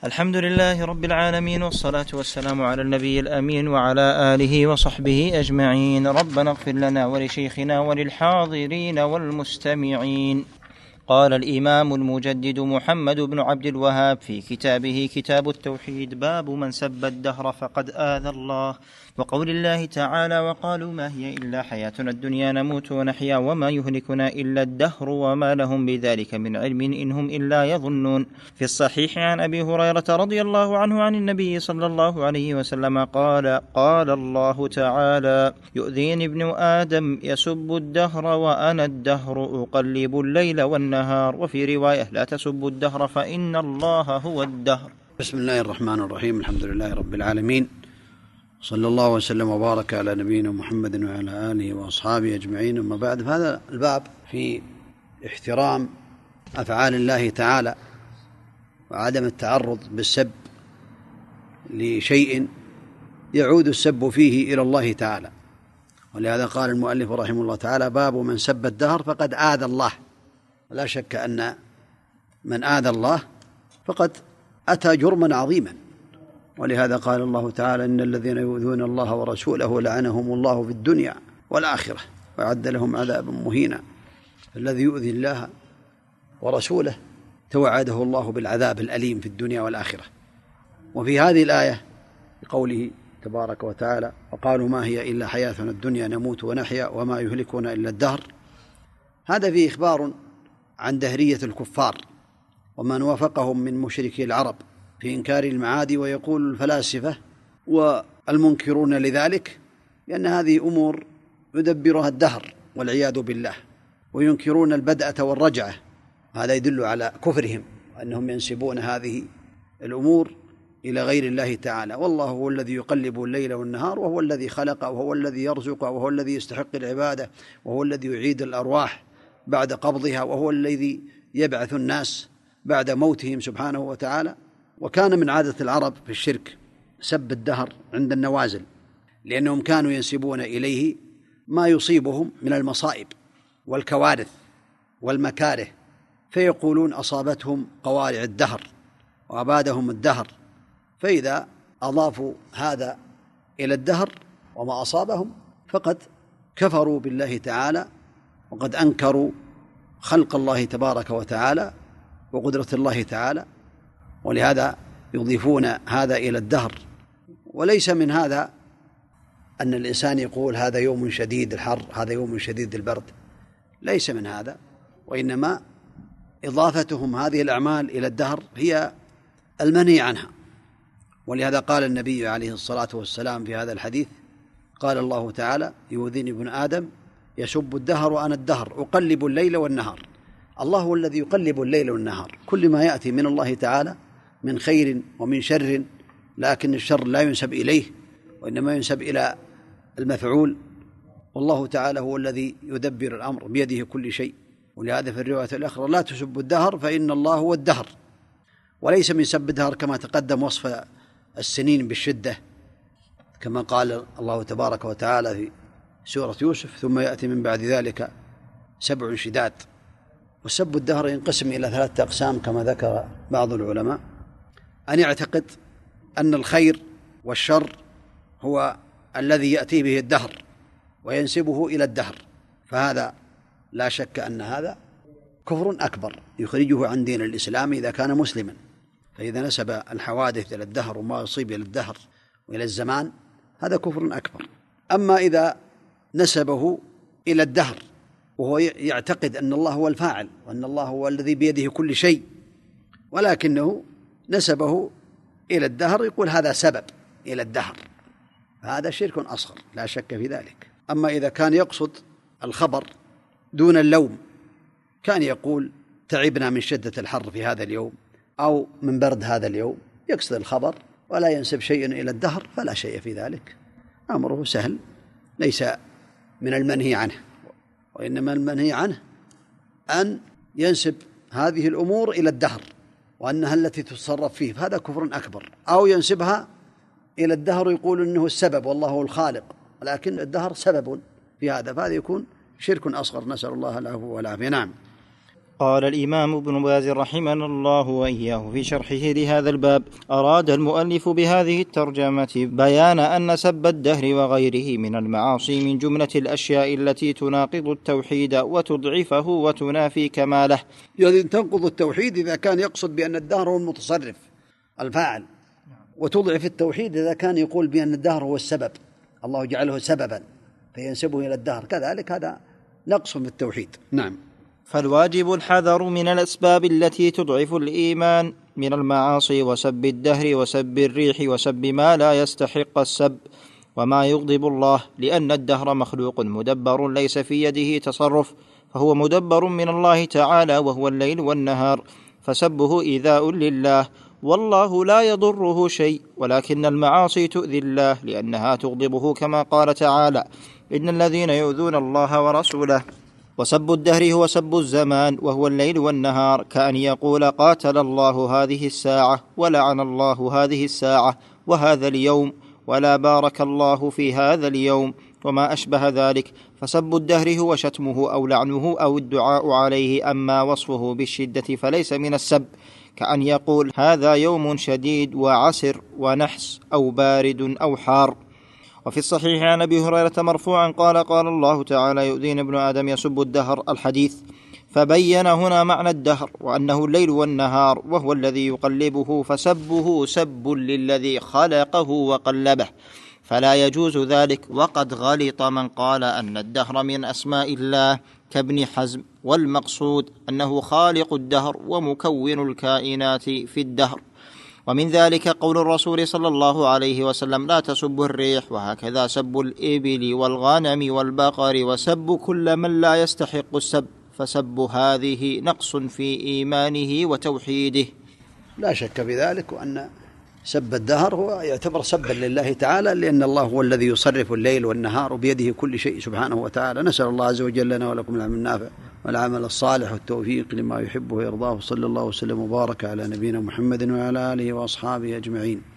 الحمد لله رب العالمين، والصلاة والسلام على النبي الأمين وعلى آله وصحبه أجمعين. ربنا اغفر لنا ولشيخنا وللحاضرين والمستمعين. قال الإمام المجدد محمد بن عبد الوهاب في كتابه كتاب التوحيد: باب من سب الدهر فقد آذى الله. وقول الله تعالى: وقالوا ما هي إلا حياتنا الدنيا نموت ونحيا وما يهلكنا إلا الدهر وما لهم بذلك من علم إن هم إلا يظنون. في الصحيح عن أبي هريرة رضي الله عنه عن النبي صلى الله عليه وسلم قال: قال الله تعالى: يؤذيني ابن آدم يسب الدهر وأنا الدهر أقلب الليل والنهار. وفي رواية: لا تسبوا الدهر فإن الله هو الدهر. بسم الله الرحمن الرحيم. الحمد لله رب العالمين، صلى الله وسلم وبارك على نبينا محمد وعلى آله وأصحابه أجمعين. أما بعد، فهذا الباب في احترام أفعال الله تعالى وعدم التعرض بالسب لشيء يعود السب فيه إلى الله تعالى. ولهذا قال المؤلف رحمه الله تعالى: باب من سب الدهر فقد آذى الله. لا شك أن من آذى الله فقد أتى جرما عظيما، ولهذا قال الله تعالى: إن الذين يؤذون الله ورسوله لعنهم الله في الدنيا والآخرة وأعد لهم عذابا مهينا. الذي يؤذي الله ورسوله توعده الله بالعذاب الأليم في الدنيا والآخرة. وفي هذه الآية بقوله تبارك وتعالى: وقالوا ما هي إلا حياتنا الدنيا نموت ونحيا وما يهلكنا إلا الدهر، هذا فيه إخبار عن دهرية الكفار ومن وافقهم من مشركي العرب في إنكار المعاد. ويقول الفلاسفة والمنكرون لذلك لأن هذه أمور يدبرها الدهر والعياذ بالله، وينكرون البدءة والرجعة. هذا يدل على كفرهم وأنهم ينسبون هذه الأمور إلى غير الله تعالى. والله هو الذي يقلب الليل والنهار، وهو الذي خلق، وهو الذي يرزق، وهو الذي يستحق العبادة، وهو الذي يعيد الأرواح بعد قبضها، وهو الذي يبعث الناس بعد موتهم سبحانه وتعالى. وكان من عادة العرب في الشرك سب الدهر عند النوازل، لأنهم كانوا ينسبون إليه ما يصيبهم من المصائب والكوارث والمكاره، فيقولون أصابتهم قوارع الدهر وأبادهم الدهر. فإذا أضافوا هذا إلى الدهر وما أصابهم فقد كفروا بالله تعالى، وقد أنكروا خلق الله تبارك وتعالى وقدرة الله تعالى. ولهذا يضيفون هذا إلى الدهر. وليس من هذا أن الإنسان يقول هذا يوم شديد الحر، هذا يوم شديد البرد، ليس من هذا، وإنما إضافتهم هذه الأعمال إلى الدهر هي المنهي عنها. ولهذا قال النبي عليه الصلاة والسلام في هذا الحديث: قال الله تعالى: يؤذيني ابن آدم يسب الدهر وأنا الدهر أقلب الليل والنهار. الله هو الذي يقلب الليل والنهار، كل ما يأتي من الله تعالى من خير ومن شر، لكن الشر لا ينسب إليه وإنما ينسب إلى المفعول. والله تعالى هو الذي يدبر الأمر بيده كل شيء. ولهذا في الرواية الأخرى: لا تسبوا الدهر فإن الله هو الدهر. وليس من سب الدهر كما تقدم وصف السنين بالشدة، كما قال الله تبارك وتعالى في سورة يوسف: ثم يأتي من بعد ذلك 7 شداد. وسب الدهر ينقسم إلى 3 أقسام كما ذكر بعض العلماء: أن يعتقد أن الخير والشر هو الذي يأتي به الدهر وينسبه إلى الدهر، فهذا لا شك أن هذا كفر أكبر يخرجه عن دين الإسلام إذا كان مسلما. فإذا نسب الحوادث إلى الدهر وما يصيب إلى الدهر وإلى الزمان هذا كفر أكبر. أما إذا نسبه إلى الدهر وهو يعتقد أن الله هو الفاعل وأن الله هو الذي بيده كل شيء، ولكنه نسبه إلى الدهر، يقول هذا سبب إلى الدهر، هذا شرك أصغر لا شك في ذلك. أما إذا كان يقصد الخبر دون اللوم، كان يقول تعبنا من شدة الحر في هذا اليوم أو من برد هذا اليوم، يقصد الخبر ولا ينسب شيئا إلى الدهر، فلا شيء في ذلك، أمره سهل، ليس من المنهي عنه. وإنما المنهي عنه أن ينسب هذه الأمور إلى الدهر وأنها التي تتصرف فيه، فهذا كفر أكبر. أو ينسبها إلى الدهر يقول إنه السبب والله هو الخالق، ولكن الدهر سبب في هذا، فهذا يكون شرك أصغر، نسأل الله العفو والعافية. نعم. قال الإمام ابن باز رحمنا الله وإياه في شرحه لهذا الباب: أراد المؤلف بهذه الترجمة بيان أن سب الدهر وغيره من المعاصي من جملة الأشياء التي تناقض التوحيد وتضعفه وتنافي كماله. يعني تنقض التوحيد إذا كان يقصد بأن الدهر هو المتصرف الفاعل، وتضعف التوحيد إذا كان يقول بأن الدهر هو السبب، الله جعله سببا فينسبه إلى الدهر، كذلك هذا نقص في التوحيد. نعم. فالواجب الحذر من الأسباب التي تضعف الإيمان من المعاصي وسب الدهر وسب الريح وسب ما لا يستحق السب وما يغضب الله، لأن الدهر مخلوق مدبر ليس في يده تصرف، فهو مدبر من الله تعالى وهو الليل والنهار، فسبه إيذاء لله، والله لا يضره شيء، ولكن المعاصي تؤذي الله لأنها تغضبه، كما قال تعالى: إن الذين يؤذون الله ورسوله. وسب الدهر هو سب الزمان وهو الليل والنهار، كأن يقول: قاتل الله هذه الساعة، ولعن الله هذه الساعة وهذا اليوم، ولا بارك الله في هذا اليوم، وما أشبه ذلك. فسب الدهر هو شتمه أو لعنه أو الدعاء عليه، أما وصفه بالشدة فليس من السب، كأن يقول: هذا يوم شديد وعسر ونحس، أو بارد أو حار. وفي الصحيح عن أبي هريرة مرفوعا قال: قال الله تعالى: يؤذين ابن آدم يسب الدهر، الحديث. فبين هنا معنى الدهر وأنه الليل والنهار، وهو الذي يقلبه، فسبه سب للذي خلقه وقلبه، فلا يجوز ذلك. وقد غلط من قال أن الدهر من أسماء الله كابن حزم، والمقصود أنه خالق الدهر ومكون الكائنات في الدهر. ومن ذلك قول الرسول صلى الله عليه وسلم: لا تسبوا الريح، وهكذا سب الإبل والغنم والبقر، وسب كل من لا يستحق السب، فسب هذه نقص في إيمانه وتوحيده. لا شك بذلك، وأن سب الدهر هو يعتبر سبا لله تعالى، لأن الله هو الذي يصرف الليل والنهار وبيده كل شيء سبحانه وتعالى. نسأل الله عز وجل لنا ولكم العلم النافع والعمل الصالح والتوفيق لما يحبه ويرضاه، صلى الله وسلم وبارك على نبينا محمد وعلى آله وأصحابه أجمعين.